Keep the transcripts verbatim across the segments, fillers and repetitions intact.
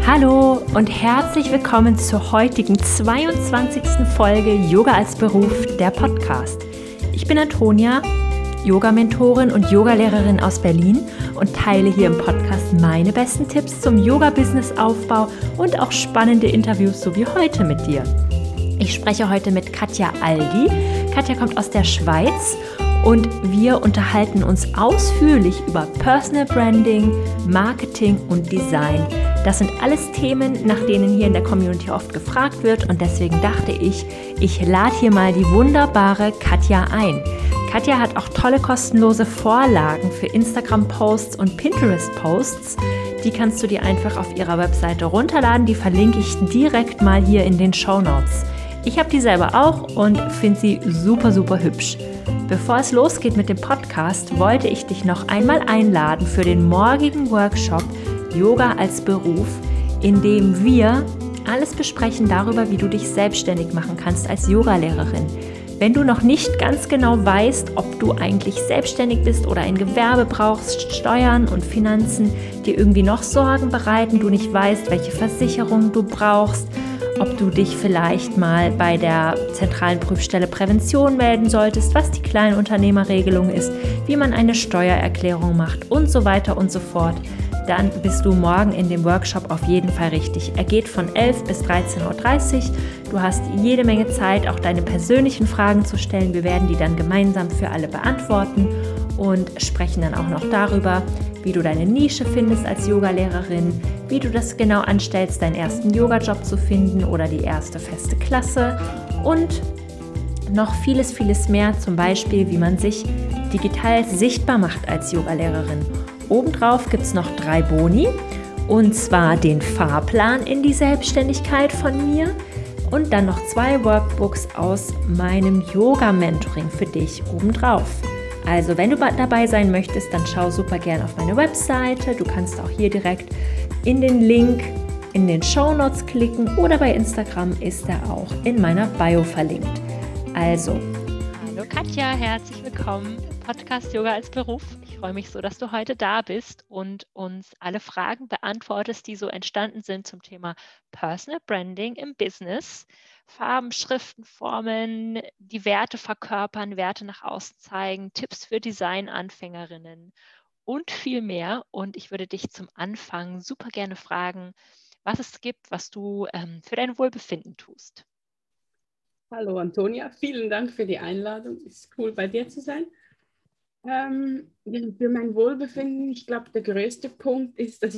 Hallo und herzlich willkommen zur heutigen zweiundzwanzigsten Folge Yoga als Beruf, der Podcast. Ich bin Antonia, Yoga-Mentorin und Yogalehrerin aus Berlin und teile hier im Podcast meine besten Tipps zum Yoga-Business-Aufbau und auch spannende Interviews, so wie heute mit dir. Ich spreche heute mit Katja Aldi. Katja kommt aus der Schweiz und wir unterhalten uns ausführlich über Personal Branding, Marketing und Design. Das sind alles Themen, nach denen hier in der Community oft gefragt wird und deswegen dachte ich, ich lade hier mal die wunderbare Katja ein. Katja hat auch tolle kostenlose Vorlagen für Instagram-Posts und Pinterest-Posts. Die kannst du dir einfach auf ihrer Webseite runterladen, die verlinke ich direkt mal hier in den Shownotes. Ich habe die selber auch und finde sie super, super hübsch. Bevor es losgeht mit dem Podcast, wollte ich dich noch einmal einladen für den morgigen Workshop Yoga als Beruf, in dem wir alles besprechen darüber, wie du dich selbstständig machen kannst als Yogalehrerin. Wenn du noch nicht ganz genau weißt, ob du eigentlich selbstständig bist oder ein Gewerbe brauchst, Steuern und Finanzen dir irgendwie noch Sorgen bereiten, du nicht weißt, welche Versicherung du brauchst, ob du dich vielleicht mal bei der zentralen Prüfstelle Prävention melden solltest, was die Kleinunternehmerregelung ist, wie man eine Steuererklärung macht und so weiter und so fort, dann bist du morgen in dem Workshop auf jeden Fall richtig. Er geht von elf bis dreizehn Uhr dreißig. Du hast jede Menge Zeit, auch deine persönlichen Fragen zu stellen. Wir werden die dann gemeinsam für alle beantworten und sprechen dann auch noch darüber, wie du deine Nische findest als Yogalehrerin, wie du das genau anstellst, deinen ersten Yoga-Job zu finden oder die erste feste Klasse und noch vieles, vieles mehr, zum Beispiel, wie man sich digital sichtbar macht als Yogalehrerin. Obendrauf gibt es noch drei Boni, und zwar den Fahrplan in die Selbstständigkeit von mir und dann noch zwei Workbooks aus meinem Yoga-Mentoring für dich obendrauf. Also wenn du dabei sein möchtest, dann schau super gern auf meine Webseite. Du kannst auch hier direkt in den Link in den Shownotes klicken oder bei Instagram ist er auch in meiner Bio verlinkt. Also, hallo Katja, herzlich willkommen im Podcast Yoga als Beruf. Ich freue mich so, dass du heute da bist und uns alle Fragen beantwortest, die so entstanden sind zum Thema Personal Branding im Business. Farben, Schriften, Formeln, die Werte verkörpern, Werte nach außen zeigen, Tipps für Design-Anfängerinnen und viel mehr. Und ich würde dich zum Anfang super gerne fragen, was es gibt, was du ähm, für dein Wohlbefinden tust. Hallo Antonia, vielen Dank für die Einladung. Es ist cool, bei dir zu sein. Ähm, ja, für mein Wohlbefinden, ich glaube, der größte Punkt ist, dass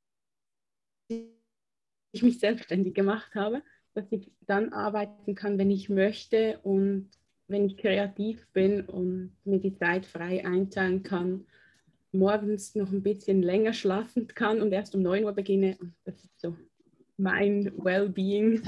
ich mich selbstständig gemacht habe, dass ich dann arbeiten kann, wenn ich möchte und wenn ich kreativ bin und mir die Zeit frei einteilen kann, morgens noch ein bisschen länger schlafen kann und erst um neun Uhr beginne. Und das ist so mein Wellbeing.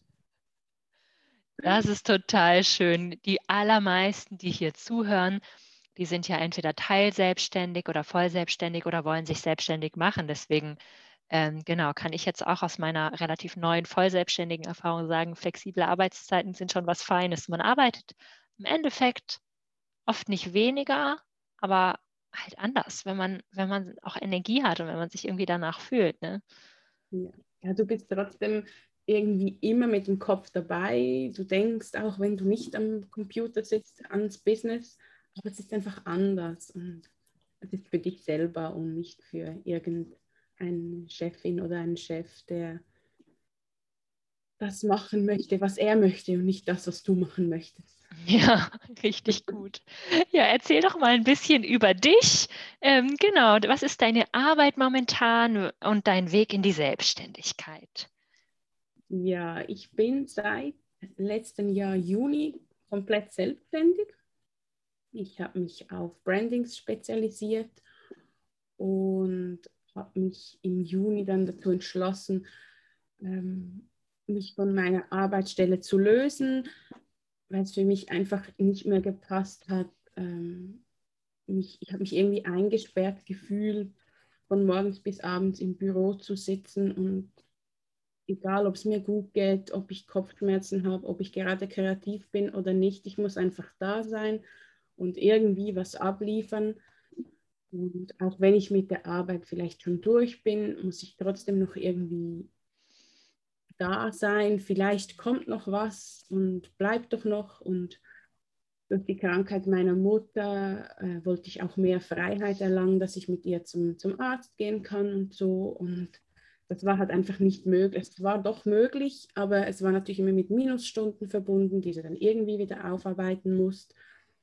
Das ist total schön. Die allermeisten, die hier zuhören, die sind ja entweder teilselbstständig oder vollselbstständig oder wollen sich selbstständig machen. Deswegen, ähm, genau, kann ich jetzt auch aus meiner relativ neuen vollselbstständigen Erfahrung sagen, flexible Arbeitszeiten sind schon was Feines. Man arbeitet im Endeffekt oft nicht weniger, aber halt anders, wenn man, wenn man auch Energie hat und wenn man sich irgendwie danach fühlt, ne? Ja. Ja, du bist trotzdem irgendwie immer mit dem Kopf dabei. Du denkst, auch wenn du nicht am Computer sitzt, ans Business, aber es ist einfach anders und es ist für dich selber und nicht für irgendeine Chefin oder einen Chef, der das machen möchte, was er möchte und nicht das, was du machen möchtest. Ja, richtig gut. Ja, erzähl doch mal ein bisschen über dich. Ähm, genau, was ist deine Arbeit momentan und dein Weg in die Selbstständigkeit? Ja, ich bin seit letztem Jahr Juni komplett selbstständig. Ich habe mich auf Brandings spezialisiert und habe mich im Juni dann dazu entschlossen, ähm, mich von meiner Arbeitsstelle zu lösen, weil es für mich einfach nicht mehr gepasst hat. Ähm, mich, ich habe mich irgendwie eingesperrt gefühlt, von morgens bis abends im Büro zu sitzen und egal, ob es mir gut geht, ob ich Kopfschmerzen habe, ob ich gerade kreativ bin oder nicht, ich muss einfach da sein und irgendwie was abliefern. Und auch wenn ich mit der Arbeit vielleicht schon durch bin, muss ich trotzdem noch irgendwie da sein. Vielleicht kommt noch was und bleibt doch noch. Und durch die Krankheit meiner Mutter äh, wollte ich auch mehr Freiheit erlangen, dass ich mit ihr zum, zum Arzt gehen kann und so. Und das war halt einfach nicht möglich. Es war doch möglich, aber es war natürlich immer mit Minusstunden verbunden, die du dann irgendwie wieder aufarbeiten musst.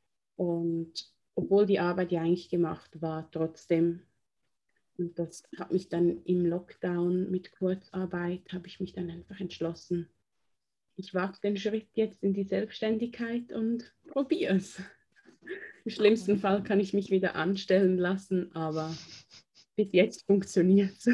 Und obwohl die Arbeit ja eigentlich gemacht war, trotzdem. Und das hat mich dann im Lockdown mit Kurzarbeit, habe ich mich dann einfach entschlossen, ich wage den Schritt jetzt in die Selbstständigkeit und probiere es. Im schlimmsten Fall kann ich mich wieder anstellen lassen, aber bis jetzt funktioniert es.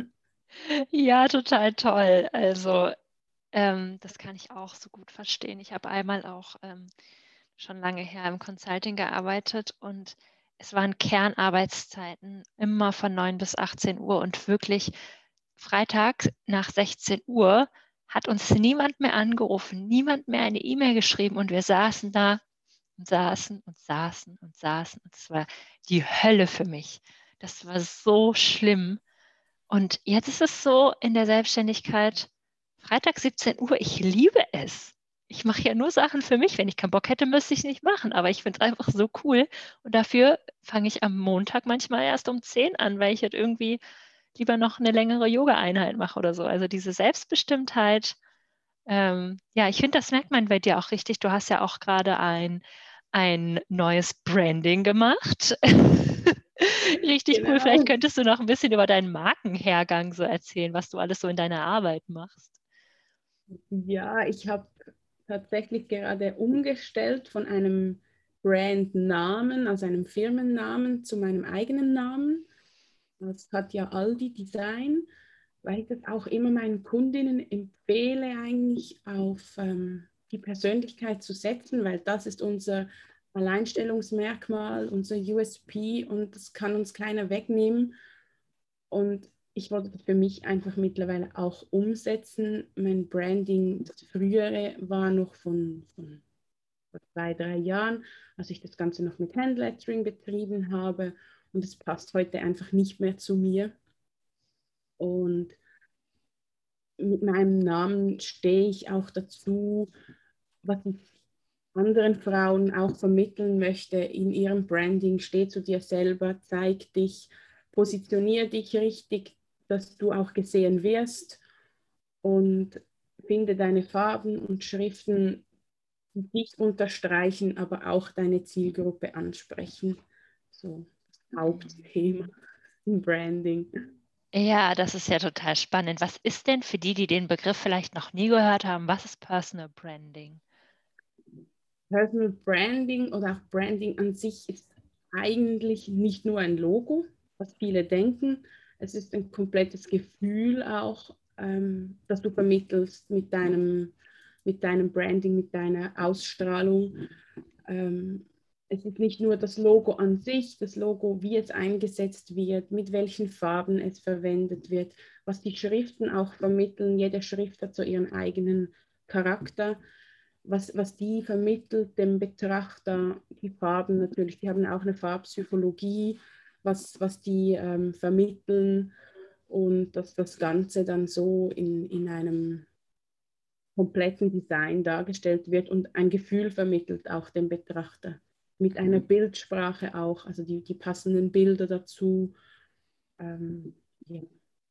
Ja, total toll. Also, ähm, das kann ich auch so gut verstehen. Ich habe einmal auch ähm, schon lange her im Consulting gearbeitet und es waren Kernarbeitszeiten immer von neun bis achtzehn Uhr und wirklich Freitag nach sechzehn Uhr hat uns niemand mehr angerufen, niemand mehr eine E-Mail geschrieben und wir saßen da und saßen und saßen und saßen und es war die Hölle für mich. Das war so schlimm. Und jetzt ist es so in der Selbstständigkeit, Freitag siebzehn Uhr, ich liebe es. Ich mache ja nur Sachen für mich. Wenn ich keinen Bock hätte, müsste ich es nicht machen. Aber ich finde es einfach so cool. Und dafür fange ich am Montag manchmal erst um zehn an, weil ich halt irgendwie lieber noch eine längere Yoga-Einheit mache oder so. Also diese Selbstbestimmtheit, ähm, ja, ich finde, das merkt man bei dir auch richtig. Du hast ja auch gerade ein, ein neues Branding gemacht. Richtig cool. Vielleicht Genau. könntest du noch ein bisschen über deinen Markenhergang so erzählen, was du alles so in deiner Arbeit machst. Ja, ich habe tatsächlich gerade umgestellt von einem Brandnamen, also einem Firmennamen, zu meinem eigenen Namen. Das hat ja Aldi Design, weil ich das auch immer meinen Kundinnen empfehle, eigentlich auf ähm, die Persönlichkeit zu setzen, weil das ist unser Alleinstellungsmerkmal, unser U S P und das kann uns keiner wegnehmen. Und ich wollte das für mich einfach mittlerweile auch umsetzen. Mein Branding, das frühere, war noch von, von vor zwei, drei Jahren, als ich das Ganze noch mit Handlettering betrieben habe. Und es passt heute einfach nicht mehr zu mir. Und mit meinem Namen stehe ich auch dazu, was ich anderen Frauen auch vermitteln möchte in ihrem Branding. Steh zu dir selber, zeig dich, positionier dich richtig, dass du auch gesehen wirst und finde deine Farben und Schriften, die dich unterstreichen, aber auch deine Zielgruppe ansprechen. So das Hauptthema im Branding. Ja, das ist ja total spannend. Was ist denn für die, die den Begriff vielleicht noch nie gehört haben, was ist Personal Branding? Personal Branding oder auch Branding an sich ist eigentlich nicht nur ein Logo, was viele denken. Es ist ein komplettes Gefühl auch, ähm, das du vermittelst mit deinem, mit deinem Branding, mit deiner Ausstrahlung. Ähm, es ist nicht nur das Logo an sich, das Logo, wie es eingesetzt wird, mit welchen Farben es verwendet wird, was die Schriften auch vermitteln. Jede Schrift hat so ihren eigenen Charakter. Was, was die vermittelt dem Betrachter, die Farben natürlich, die haben auch eine Farbpsychologie, was, was die ähm, vermitteln und dass das Ganze dann so in, in einem kompletten Design dargestellt wird und ein Gefühl vermittelt auch dem Betrachter. Mit einer Bildsprache auch, also die, die passenden Bilder dazu. Ähm, ja,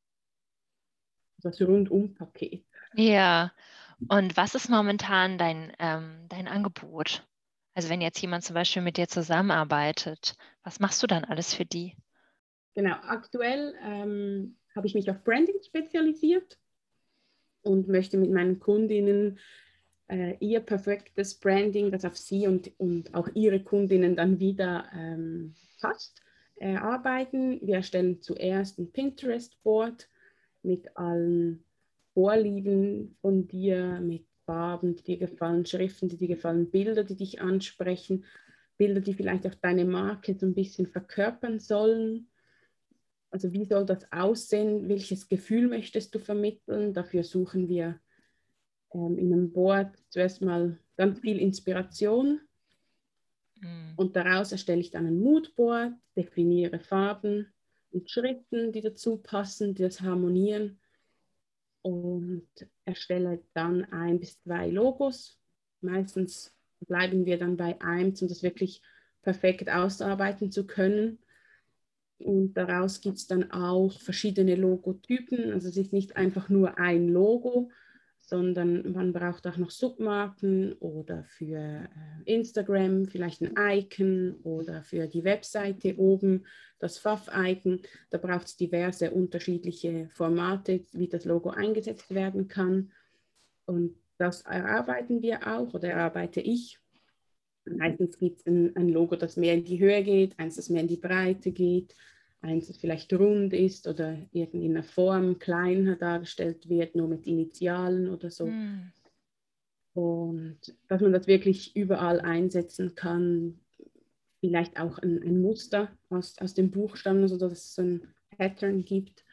das Rundum-Paket. Ja, und was ist momentan dein, ähm, dein Angebot? Also wenn jetzt jemand zum Beispiel mit dir zusammenarbeitet, was machst du dann alles für die? Genau, aktuell ähm, habe ich mich auf Branding spezialisiert und möchte mit meinen Kundinnen äh, ihr perfektes Branding, das auf sie und, und auch ihre Kundinnen dann wieder ähm, passt, erarbeiten. Wir erstellen zuerst ein Pinterest-Board mit allen Vorlieben von dir, mit Farben, die dir gefallen, Schriften, die dir gefallen, Bilder, die dich ansprechen, Bilder, die vielleicht auch deine Marke so ein bisschen verkörpern sollen. Also wie soll das aussehen? Welches Gefühl möchtest du vermitteln? Dafür suchen wir ähm, in einem Board zuerst mal ganz viel Inspiration Mm. Und daraus erstelle ich dann ein Moodboard, definiere Farben und Schriften, die dazu passen, die das harmonieren und erstelle dann ein bis zwei Logos. Meistens bleiben wir dann bei eins, um das wirklich perfekt ausarbeiten zu können. Und daraus gibt es dann auch verschiedene Logotypen. Also es ist nicht einfach nur ein Logo, sondern man braucht auch noch Submarken oder für äh, Instagram vielleicht ein Icon oder für die Webseite oben das Fav-Icon. Da braucht es diverse unterschiedliche Formate, wie das Logo eingesetzt werden kann. Und das erarbeiten wir auch oder erarbeite ich. Meistens gibt es ein, ein Logo, das mehr in die Höhe geht, eins, das mehr in die Breite geht, eins, das vielleicht rund ist oder irgendwie in einer Form kleiner dargestellt wird, nur mit Initialen oder so. Mm. Und dass man das wirklich überall einsetzen kann, vielleicht auch ein, ein Muster aus, aus dem Buchstaben, also dass es so ein Pattern gibt.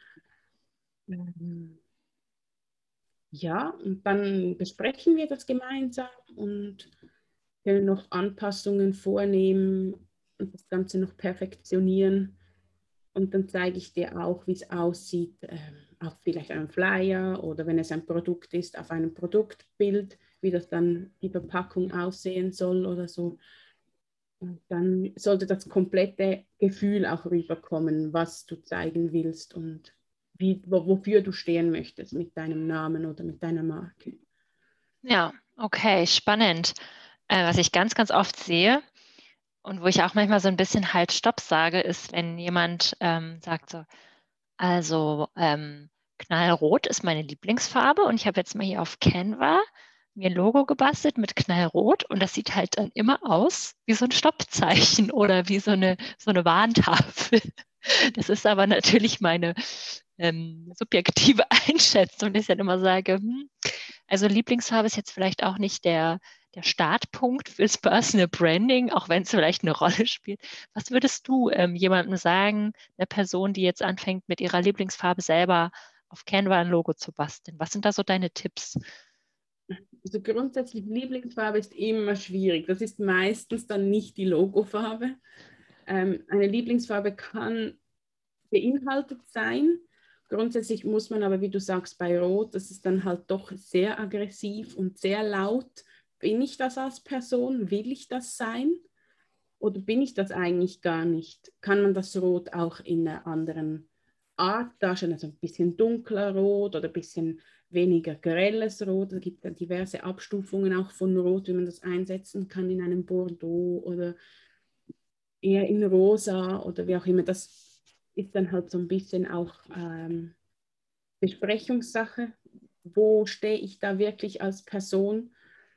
Ja, und dann besprechen wir das gemeinsam und können noch Anpassungen vornehmen und das Ganze noch perfektionieren. Und dann zeige ich dir auch, wie es aussieht, ähm, auf vielleicht einem Flyer oder wenn es ein Produkt ist, auf einem Produktbild, wie das dann die Verpackung aussehen soll oder so. Und dann sollte das komplette Gefühl auch rüberkommen, was du zeigen willst und wie, wo, wofür du stehen möchtest mit deinem Namen oder mit deiner Marke. Ja, okay, spannend. Äh, was ich ganz, ganz oft sehe und wo ich auch manchmal so ein bisschen halt Stopp sage, ist, wenn jemand ähm, sagt so, also ähm, Knallrot ist meine Lieblingsfarbe und ich habe jetzt mal hier auf Canva mir ein Logo gebastelt mit Knallrot und das sieht halt dann immer aus wie so ein Stoppzeichen oder wie so eine, so eine Warntafel. Das ist aber natürlich meine ähm, subjektive Einschätzung, dass ich dann immer sage, hm, also Lieblingsfarbe ist jetzt vielleicht auch nicht der, der Startpunkt fürs Personal Branding, auch wenn es vielleicht eine Rolle spielt. Was würdest du ähm, jemandem sagen, einer Person, die jetzt anfängt, mit ihrer Lieblingsfarbe selber auf Canva ein Logo zu basteln? Was sind da so deine Tipps? Also grundsätzlich Lieblingsfarbe ist immer schwierig. Das ist meistens dann nicht die Logofarbe. Ähm, eine Lieblingsfarbe kann beinhaltet sein. Grundsätzlich muss man aber, wie du sagst, bei Rot, das ist dann halt doch sehr aggressiv und sehr laut. Bin ich das als Person? Will ich das sein? Oder bin ich das eigentlich gar nicht? Kann man das Rot auch in einer anderen Art darstellen, also ein bisschen dunkler Rot oder ein bisschen weniger grelles Rot? Es gibt ja diverse Abstufungen auch von Rot, wie man das einsetzen kann in einem Bordeaux oder eher in Rosa oder wie auch immer. Das ist dann halt so ein bisschen auch ähm, Besprechungssache. Wo stehe ich da wirklich als Person?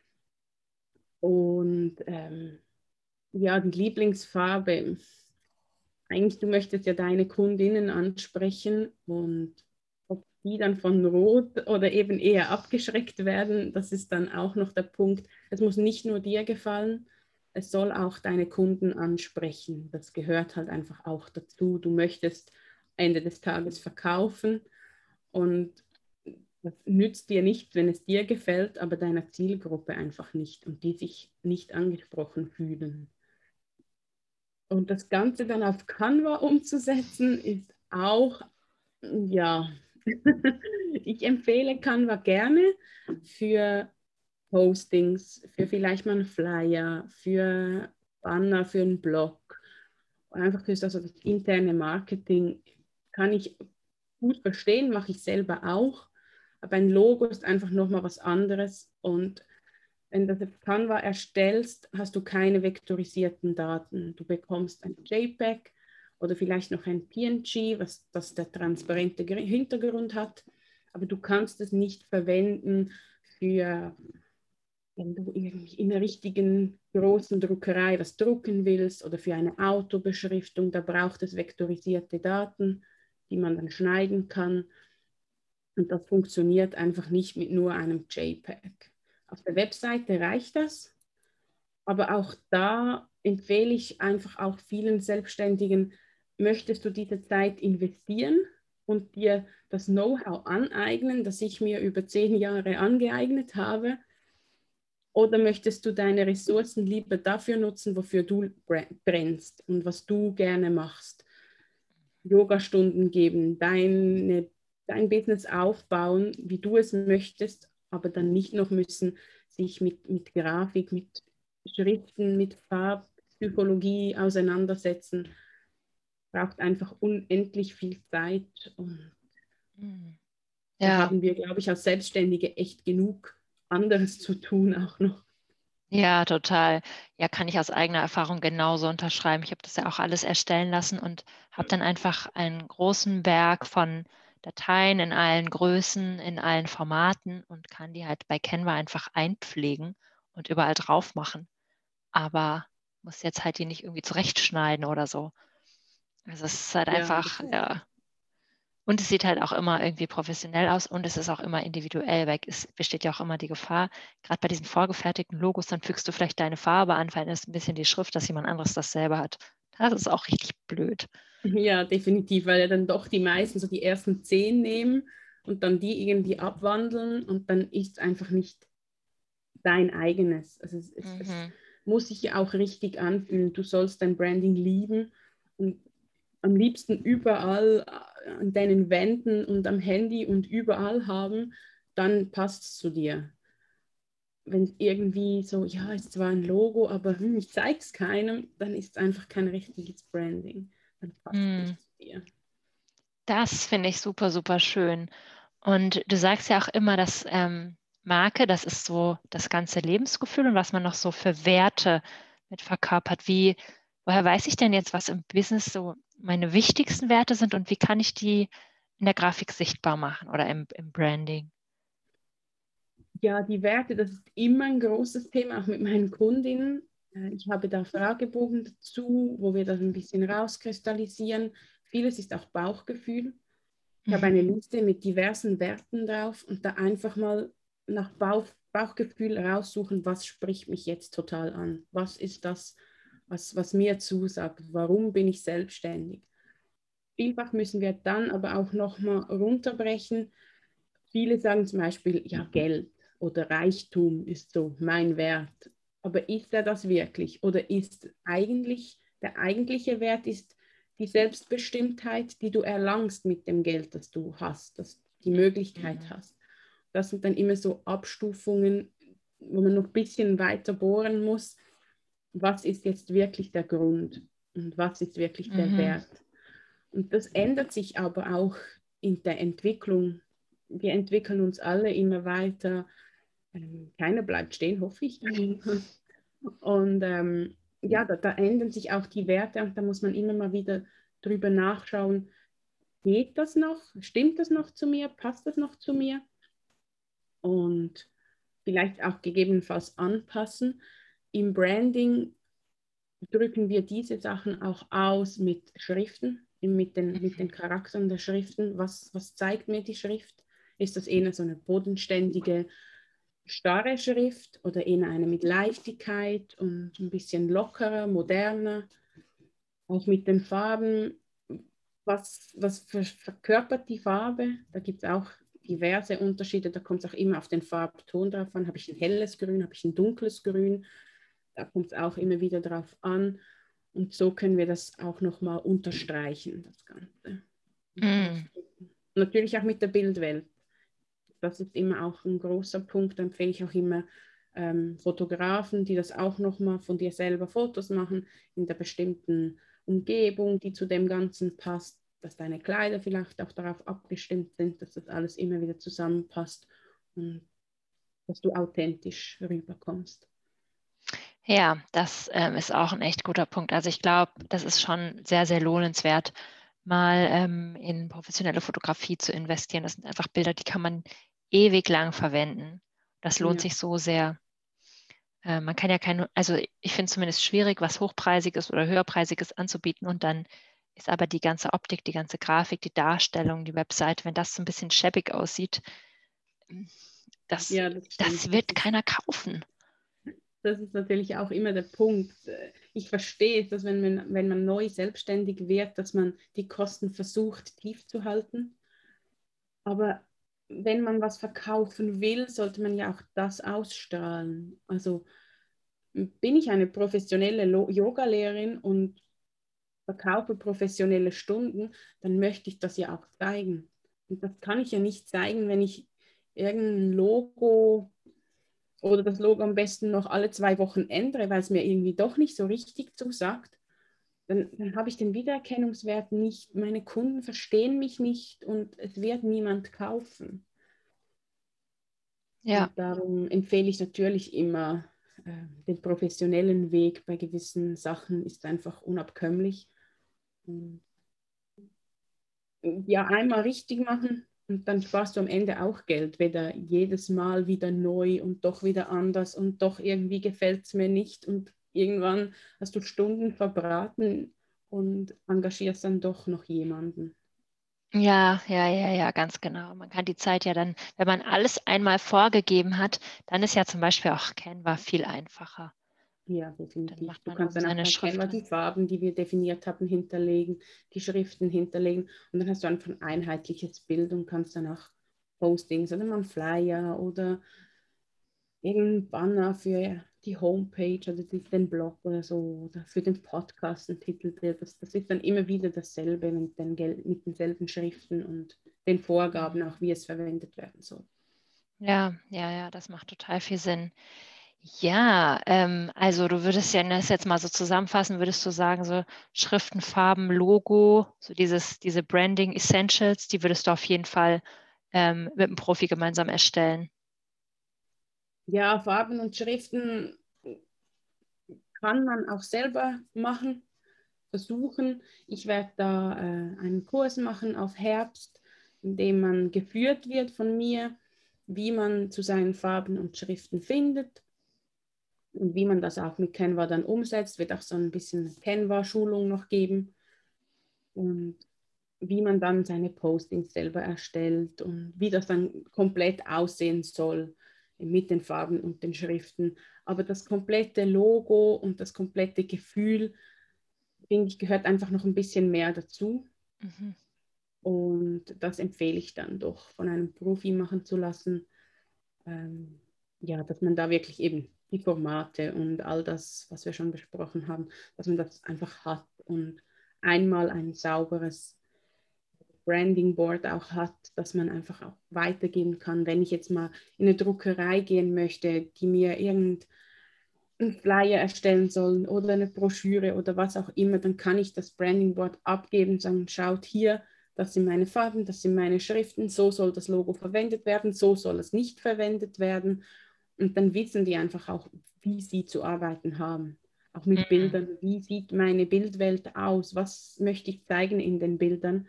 Und ähm, ja, die Lieblingsfarbe. Eigentlich, du möchtest ja deine Kundinnen ansprechen und ob die dann von Rot oder eben eher abgeschreckt werden, das ist dann auch noch der Punkt. Es muss nicht nur dir gefallen, es soll auch deine Kunden ansprechen. Das gehört halt einfach auch dazu. Du möchtest Ende des Tages verkaufen und das nützt dir nicht, wenn es dir gefällt, aber deiner Zielgruppe einfach nicht und die sich nicht angesprochen fühlen. Und das Ganze dann auf Canva umzusetzen, ist auch, ja, ich empfehle Canva gerne für Postings, für vielleicht mal einen Flyer, für Banner, für einen Blog. Einfach für also das interne Marketing kann ich gut verstehen, mache ich selber auch. Aber ein Logo ist einfach nochmal was anderes und wenn du das auf Canva erstellst, hast du keine vektorisierten Daten. Du bekommst ein JPEG oder vielleicht noch ein P N G, was das der transparente Hintergrund hat. Aber du kannst es nicht verwenden für, wenn du irgendwie in der richtigen großen Druckerei was drucken willst oder für eine Autobeschriftung. Da braucht es vektorisierte Daten, die man dann schneiden kann. Und das funktioniert einfach nicht mit nur einem JPEG. Auf der Webseite reicht das, aber auch da empfehle ich einfach auch vielen Selbstständigen, möchtest du diese Zeit investieren und dir das Know-how aneignen, das ich mir über zehn Jahre angeeignet habe, Oder möchtest du deine Ressourcen lieber dafür nutzen, wofür du brennst und was du gerne machst? Yogastunden geben, deine, dein Business aufbauen, wie du es möchtest, aber dann nicht noch müssen sich mit, mit Grafik, mit Schriften, mit Farbpsychologie auseinandersetzen. Braucht einfach unendlich viel Zeit und Mhm. da Ja, haben wir, glaube ich, als Selbstständige echt genug anderes zu tun auch noch. ja, total. Ja, kann ich aus eigener Erfahrung genauso unterschreiben. Ich habe das ja auch alles erstellen lassen und habe dann einfach einen großen Berg von Dateien in allen Größen, in allen Formaten und kann die halt bei Canva einfach einpflegen und überall drauf machen. Aber muss jetzt halt die nicht irgendwie zurechtschneiden oder so. Also es ist halt Ja, das einfach, ist, ja. Und es sieht halt auch immer irgendwie professionell aus und es ist auch immer individuell, weil es besteht ja auch immer die Gefahr, gerade bei diesen vorgefertigten Logos, dann fügst du vielleicht deine Farbe an, veränderst ein bisschen die Schrift, dass jemand anderes das selber hat. Das ist auch richtig blöd. ja, definitiv, weil ja dann doch die meisten so die ersten zehn nehmen und dann die irgendwie abwandeln und dann ist es einfach nicht dein eigenes. Also es, es, es Mhm. muss sich ja auch richtig anfühlen. Du sollst dein Branding lieben und am liebsten überall äh, an deinen Wänden und am Handy und überall haben, dann passt es zu dir. Wenn es irgendwie so, ja, ist zwar ein Logo, aber hm, ich zeige es keinem, dann ist es einfach kein richtiges Branding. Dann passt es Mhm. nicht zu dir. Das finde ich super, super schön. Und du sagst ja auch immer, dass ähm, Marke, das ist so das ganze Lebensgefühl und was man noch so für Werte mit verkörpert. Wie, woher weiß ich denn jetzt, was im Business so meine wichtigsten Werte sind und wie kann ich die in der Grafik sichtbar machen oder im, im Branding? Ja, die Werte, das ist immer ein großes Thema, auch mit meinen Kundinnen. Äh, Ich habe da Fragebogen dazu, wo wir das ein bisschen rauskristallisieren. Vieles ist auch Bauchgefühl. Ich habe Mhm. eine Liste mit diversen Werten drauf und da einfach mal nach Bauch, Bauchgefühl raussuchen, was spricht mich jetzt total an? Was ist das, was, was mir zusagt? Warum bin ich selbstständig? Vielfach müssen wir dann aber auch nochmal runterbrechen. Viele sagen zum Beispiel, ja, Geld oder Reichtum ist so mein Wert. Aber ist er das wirklich? Oder ist eigentlich der eigentliche Wert ist die Selbstbestimmtheit, die du erlangst mit dem Geld, das du hast, dass du die Möglichkeit Mhm. hast. Das sind dann immer so Abstufungen, wo man noch ein bisschen weiter bohren muss. Was ist jetzt wirklich der Grund und was ist wirklich der Mhm. Wert? Und das ändert sich aber auch in der Entwicklung. Wir entwickeln uns alle immer weiter. Ähm, keiner bleibt stehen, hoffe ich. Und ähm, ja, da, da ändern sich auch die Werte und da muss man immer mal wieder drüber nachschauen, geht das noch? Stimmt das noch zu mir? Passt das noch zu mir? Und vielleicht auch gegebenenfalls anpassen. Im Branding drücken wir diese Sachen auch aus mit Schriften, mit den, mit den Charakteren der Schriften. Was, was zeigt mir die Schrift? Ist das eher so eine bodenständige, starre Schrift oder eher eine mit Leichtigkeit und ein bisschen lockerer, moderner? Auch mit den Farben. Was, was ver verkörpert die Farbe? Da gibt es auch diverse Unterschiede. Da kommt es auch immer auf den Farbton drauf an. Habe ich ein helles Grün, habe ich ein dunkles Grün? Da kommt es auch immer wieder drauf an. Und so können wir das auch nochmal unterstreichen, das Ganze. Mhm. Natürlich auch mit der Bildwelt. Das ist immer auch ein großer Punkt. Da empfehle ich auch immer ähm, Fotografen, die das auch nochmal von dir selber Fotos machen, in der bestimmten Umgebung, die zu dem Ganzen passt, dass deine Kleider vielleicht auch darauf abgestimmt sind, dass das alles immer wieder zusammenpasst und dass du authentisch rüberkommst. Ja, das ähm, ist auch ein echt guter Punkt. Also ich glaube, das ist schon sehr, sehr lohnenswert, mal ähm, in professionelle Fotografie zu investieren. Das sind einfach Bilder, die kann man ewig lang verwenden. Das lohnt Ja. sich so sehr. Äh, man kann ja keine, also ich finde es zumindest schwierig, was Hochpreisiges oder Höherpreisiges anzubieten und dann ist aber die ganze Optik, die ganze Grafik, die Darstellung, die Webseite, wenn das so ein bisschen schäbig aussieht, das, Ja, das stimmt. das Das wird ist, keiner kaufen. das ist natürlich auch immer der Punkt. Ich verstehe, dass wenn man, wenn man neu selbstständig wird, dass man die Kosten versucht tief zu halten. Aber wenn man was verkaufen will, sollte man ja auch das ausstrahlen. Also bin ich eine professionelle Lo- Yogalehrerin und verkaufe professionelle Stunden, dann möchte ich das ja auch zeigen. Und das kann ich ja nicht zeigen, wenn ich irgendein Logo oder das Logo am besten noch alle zwei Wochen ändere, weil es mir irgendwie doch nicht so richtig zusagt. Dann, dann habe ich den Wiedererkennungswert nicht, meine Kunden verstehen mich nicht und es wird niemand kaufen. Ja. Und darum empfehle ich natürlich immer, äh, den professionellen Weg bei gewissen Sachen ist einfach unabkömmlich. Und ja, einmal richtig machen und dann sparst du am Ende auch Geld, weder jedes Mal wieder neu und doch wieder anders und doch irgendwie gefällt es mir nicht und irgendwann hast du Stunden verbraten und engagierst dann doch noch jemanden. Ja, ja, ja, ja, ganz genau. Man kann die Zeit ja dann, wenn man alles einmal vorgegeben hat, dann ist ja zum Beispiel auch Canva viel einfacher. Ja, Dann definitiv. macht Du man kannst oben dann auch seine bei Canva Schriften. die Farben, die wir definiert haben, hinterlegen, die Schriften hinterlegen und dann hast du einfach ein einheitliches Bild und kannst dann auch Postings oder mal einen Flyer oder irgendein Banner für die Homepage oder die, den Blog oder so oder für den Podcast ein Titel. Das, das ist dann immer wieder dasselbe mit, den, Gel- mit denselben Schriften und den Vorgaben, auch wie es verwendet werden soll. Ja, ja, ja, das macht total viel Sinn. Ja, ähm, also du würdest ja das jetzt mal so zusammenfassen, würdest du sagen, so Schriften, Farben, Logo, so dieses, diese Branding Essentials, die würdest du auf jeden Fall ähm, mit einem Profi gemeinsam erstellen. Ja, Farben und Schriften kann man auch selber machen, versuchen. Ich werde da äh, einen Kurs machen auf Herbst, in dem man geführt wird von mir, wie man zu seinen Farben und Schriften findet und wie man das auch mit Canva dann umsetzt. Wird auch so ein bisschen Canva-Schulung noch geben und wie man dann seine Postings selber erstellt und wie das dann komplett aussehen soll mit den Farben und den Schriften. Aber das komplette Logo und das komplette Gefühl, finde ich, gehört einfach noch ein bisschen mehr dazu. Mhm. Und das empfehle ich dann doch, von einem Profi machen zu lassen. Ähm, ja, dass man da wirklich eben die Formate und all das, was wir schon besprochen haben, dass man das einfach hat und einmal ein sauberes Branding Board auch hat, dass man einfach auch weitergeben kann. Wenn ich jetzt mal in eine Druckerei gehen möchte, die mir irgendeinen Flyer erstellen sollen oder eine Broschüre oder was auch immer, dann kann ich das Branding Board abgeben und sagen, schaut hier, das sind meine Farben, das sind meine Schriften, so soll das Logo verwendet werden, so soll es nicht verwendet werden. Und dann wissen die einfach auch, wie sie zu arbeiten haben. Auch mit Mhm. Bildern, wie sieht meine Bildwelt aus, was möchte ich zeigen in den Bildern.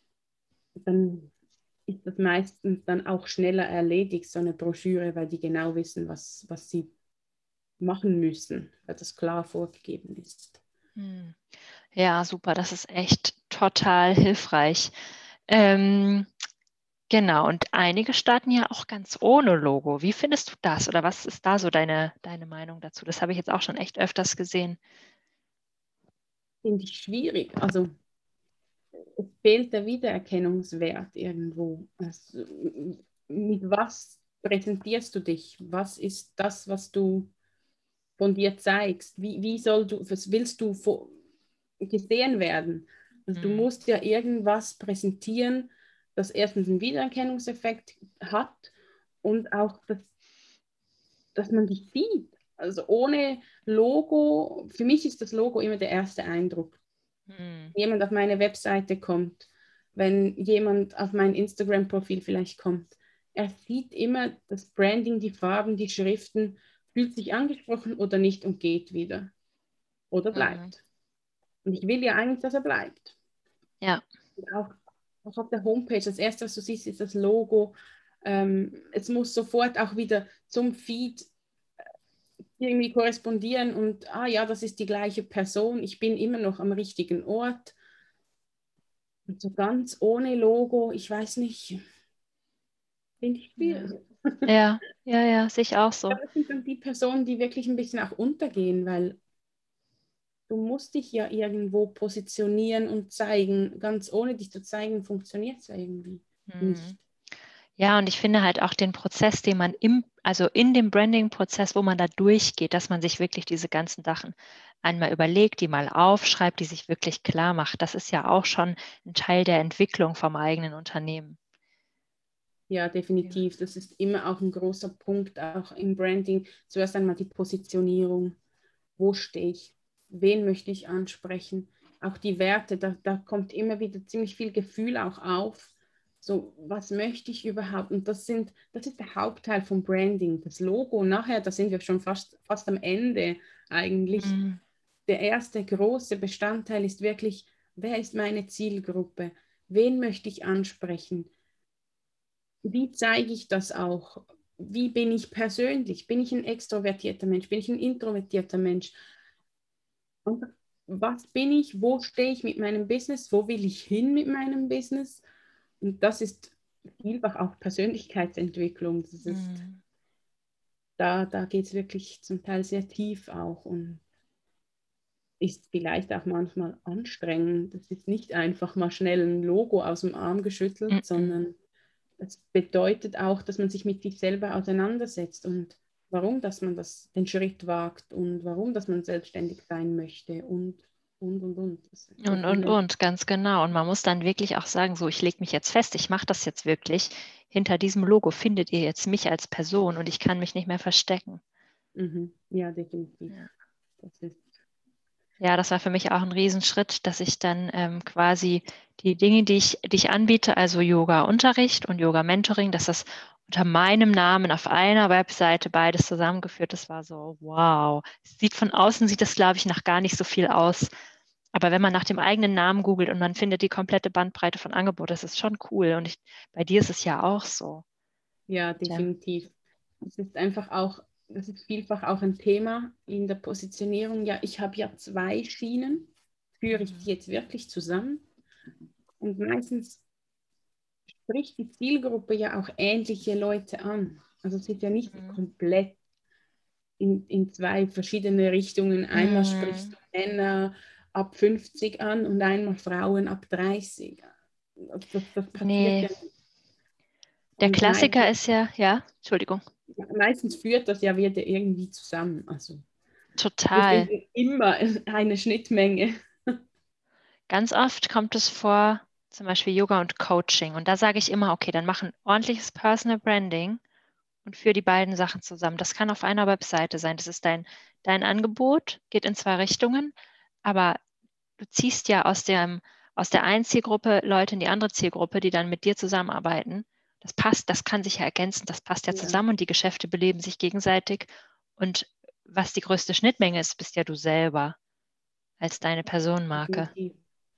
Dann ist das meistens dann auch schneller erledigt, so eine Broschüre, weil die genau wissen, was, was sie machen müssen, weil das klar vorgegeben ist. Mhm. Ja, super, das ist echt total hilfreich. Ähm, genau, und einige starten ja auch ganz ohne Logo. Wie findest du das? Oder was ist da so deine, deine Meinung dazu? Das habe ich jetzt auch schon echt öfters gesehen. Finde ich schwierig. Also es fehlt der Wiedererkennungswert irgendwo. Also, mit was präsentierst du dich? Was ist das, was du von dir zeigst? Wie, wie soll du, was willst du vo- gesehen werden? Also du Mhm. musst ja irgendwas präsentieren, das erstens einen Wiedererkennungseffekt hat und auch, dass, dass man dich sieht. Also ohne Logo, für mich ist das Logo immer der erste Eindruck. Mhm. Jemand auf meine Webseite kommt, wenn jemand auf mein Instagram-Profil vielleicht kommt, er sieht immer das Branding, die Farben, die Schriften, fühlt sich angesprochen oder nicht und geht wieder. Oder Mhm. bleibt. Und ich will ja eigentlich, dass er bleibt. Ja. Und auch, auch auf der Homepage, das erste, was du siehst, ist das Logo. Ähm, es muss sofort auch wieder zum Feed irgendwie korrespondieren und, ah ja, das ist die gleiche Person, ich bin immer noch am richtigen Ort. Und so ganz ohne Logo, ich weiß nicht, finde ich Ja. schwierig. Ja, ja, ja, sehe ich auch so. Aber das sind dann die Personen, die wirklich ein bisschen auch untergehen, weil du musst dich ja irgendwo positionieren und zeigen. Ganz ohne dich zu zeigen, funktioniert es ja irgendwie nicht. Mhm. Ja, und ich finde halt auch den Prozess, den man im, also in dem Branding-Prozess, wo man da durchgeht, dass man sich wirklich diese ganzen Sachen einmal überlegt, die mal aufschreibt, die sich wirklich klar macht. Das ist ja auch schon ein Teil der Entwicklung vom eigenen Unternehmen. Ja, definitiv. Das ist immer auch ein großer Punkt, auch im Branding. Zuerst einmal die Positionierung. Wo stehe ich? Wen möchte ich ansprechen? Auch die Werte, da, da kommt immer wieder ziemlich viel Gefühl auch auf. So, was möchte ich überhaupt? Und das sind, das ist der Hauptteil vom Branding. Das Logo, nachher, da sind wir schon fast, fast am Ende eigentlich. Mhm. Der erste große Bestandteil ist wirklich, wer ist meine Zielgruppe? Wen möchte ich ansprechen? Wie zeige ich das auch? Wie bin ich persönlich? Bin ich ein extrovertierter Mensch? Bin ich ein introvertierter Mensch? Und was bin ich? Wo stehe ich mit meinem Business? Wo will ich hin mit meinem Business? Und das ist vielfach auch Persönlichkeitsentwicklung. Das ist, Mhm. da da geht es wirklich zum Teil sehr tief auch und ist vielleicht auch manchmal anstrengend. Das ist nicht einfach mal schnell ein Logo aus dem Arm geschüttelt, Mhm. sondern es bedeutet auch, dass man sich mit sich selber auseinandersetzt und warum, dass man das, den Schritt wagt und warum, dass man selbstständig sein möchte und, und, und, und. Das sind so Und, und, viele. und, ganz genau. Und man muss dann wirklich auch sagen, so, ich lege mich jetzt fest, ich mache das jetzt wirklich. Hinter diesem Logo findet ihr jetzt mich als Person und ich kann mich nicht mehr verstecken. Mhm. Ja, definitiv. Ja. Das ist, Ja, das war für mich auch ein Riesenschritt, dass ich dann ähm, quasi die Dinge, die ich, die ich anbiete, also Yoga-Unterricht und Yoga-Mentoring, dass das unter meinem Namen auf einer Webseite beides zusammengeführt ist, war so, wow. Sieht von außen, sieht das, glaube ich, nach gar nicht so viel aus. Aber wenn man nach dem eigenen Namen googelt und man findet die komplette Bandbreite von Angebot, das ist schon cool. Und ich, bei dir ist es ja auch so. ja, Tja. definitiv. Es ist einfach auch, das ist vielfach auch ein Thema in der Positionierung. Ja, ich habe ja zwei Schienen. Führe ich Mhm. die jetzt wirklich zusammen? Und meistens spricht die Zielgruppe ja auch ähnliche Leute an. Also es ist ja nicht Mhm. komplett in, in zwei verschiedene Richtungen. Einmal sprichst Mhm. du Männer ab fünfzig an und einmal Frauen ab dreißig. Das, das, das passiert Nee, ja nicht. der Und Klassiker meistens, ist ja, ja, Entschuldigung, meistens führt das ja wieder irgendwie zusammen. Also wir total. finden immer eine Schnittmenge. Ganz oft kommt es vor, zum Beispiel Yoga und Coaching. Und da sage ich immer, okay, dann mach ein ordentliches Personal Branding und führe die beiden Sachen zusammen. Das kann auf einer Webseite sein. Das ist dein, dein Angebot, geht in zwei Richtungen, aber du ziehst ja aus dem, aus der einen Zielgruppe Leute in die andere Zielgruppe, die dann mit dir zusammenarbeiten. Das passt, das kann sich ja ergänzen, das passt ja Ja, zusammen und die Geschäfte beleben sich gegenseitig. Und was die größte Schnittmenge ist, bist ja du selber als deine Personenmarke. definitiv.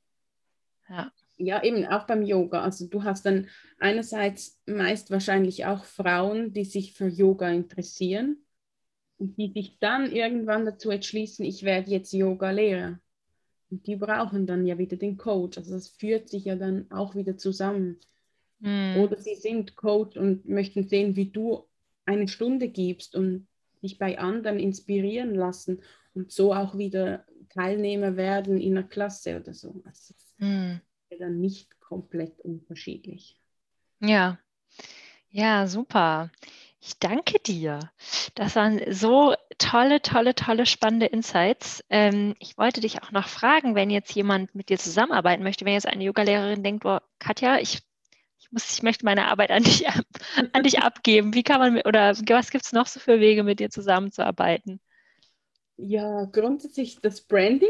Ja. Ja, eben auch beim Yoga. Also du hast dann einerseits meist wahrscheinlich auch Frauen, die sich für Yoga interessieren und die sich dann irgendwann dazu entschließen, ich werde jetzt Yoga-Lehrer. Und die brauchen dann ja wieder den Coach. Also das führt sich ja dann auch wieder zusammen. Mhm. Oder sie sind Coach und möchten sehen, wie du eine Stunde gibst und dich bei anderen inspirieren lassen und so auch wieder Teilnehmer werden in einer Klasse oder so. Also das ist Mhm. ja dann nicht komplett unterschiedlich. Ja, ja, super. Ich danke dir. Das waren so tolle, tolle, tolle, spannende Insights. Ähm, ich wollte dich auch noch fragen, wenn jetzt jemand mit dir zusammenarbeiten möchte, wenn jetzt eine Yogalehrerin denkt, oh, Katja, ich, ich muss, ich möchte meine Arbeit an dich, ab, an dich abgeben. Wie kann man mit, oder was gibt es noch so für Wege, mit dir zusammenzuarbeiten? Ja, grundsätzlich das Branding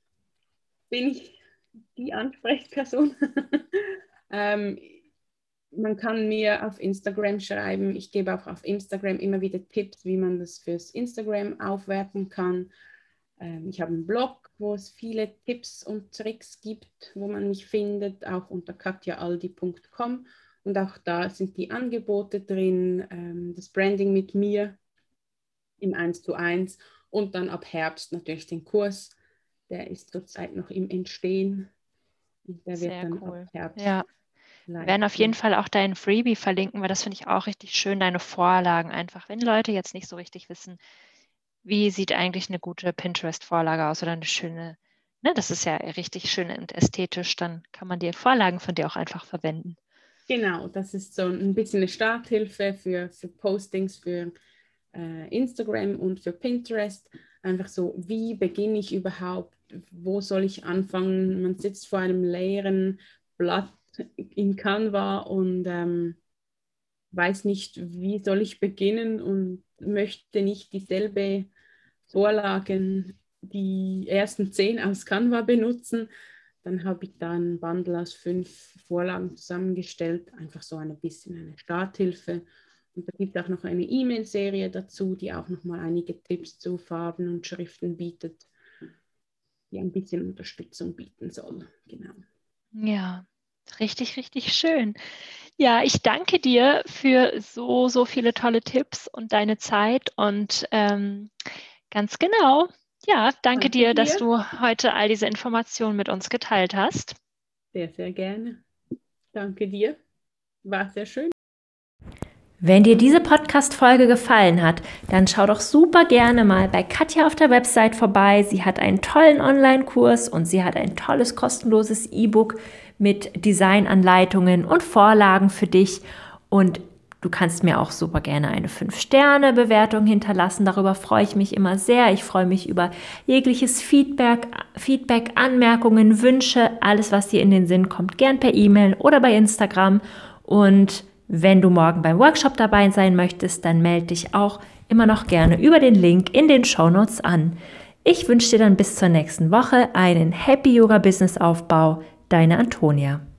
bin ich die Ansprechperson. ähm, man kann mir auf Instagram schreiben. Ich gebe auch auf Instagram immer wieder Tipps, wie man das fürs Instagram aufwerten kann. Ähm, ich habe einen Blog, wo es viele Tipps und Tricks gibt, wo man mich findet, auch unter katja aldi punkt com. Und auch da sind die Angebote drin, ähm, das Branding mit mir im eins zu eins und dann ab Herbst natürlich den Kurs. Der ist zurzeit noch im Entstehen und der wird Sehr dann ab cool. Herbst Ja, wir live werden auf jeden gehen. Fall auch deinen Freebie verlinken, weil das finde ich auch richtig schön, deine Vorlagen einfach. Wenn Leute jetzt nicht so richtig wissen, wie sieht eigentlich eine gute Pinterest-Vorlage aus oder eine schöne, ne, das ist ja richtig schön und ästhetisch, dann kann man die Vorlagen von dir auch einfach verwenden. Genau, das ist so ein bisschen eine Starthilfe für, für Postings für äh, Instagram und für Pinterest. Einfach so, wie beginne ich überhaupt? Wo soll ich anfangen? Man sitzt vor einem leeren Blatt in Canva und ähm, weiß nicht, wie soll ich beginnen und möchte nicht dieselbe Vorlagen, die ersten zehn aus Canva benutzen. Dann habe ich da ein Bundle aus fünf Vorlagen zusammengestellt, einfach so ein bisschen eine Starthilfe. Und da gibt es auch noch eine E-Mail-Serie dazu, die auch nochmal einige Tipps zu Farben und Schriften bietet, die ein bisschen Unterstützung bieten soll. Genau. Ja, richtig, richtig schön. Ja, ich danke dir für so, so viele tolle Tipps und deine Zeit und ähm, ganz genau, ja, danke Danke dir, dass dir. du heute all diese Informationen mit uns geteilt hast. Sehr, sehr gerne. Danke dir. War sehr schön. Wenn dir diese Podcast-Folge gefallen hat, dann schau doch super gerne mal bei Katja auf der Website vorbei. Sie hat einen tollen Online-Kurs und sie hat ein tolles kostenloses E-Book mit Designanleitungen und Vorlagen für dich. Und du kannst mir auch super gerne eine fünf Sterne Bewertung hinterlassen. Darüber freue ich mich immer sehr. Ich freue mich über jegliches Feedback, Feedback, Anmerkungen, Wünsche, alles, was dir in den Sinn kommt, gern per E-Mail oder bei Instagram. Und wenn du morgen beim Workshop dabei sein möchtest, dann melde dich auch immer noch gerne über den Link in den Shownotes an. Ich wünsche dir dann bis zur nächsten Woche einen Happy Yoga Business Aufbau. Deine Antonia.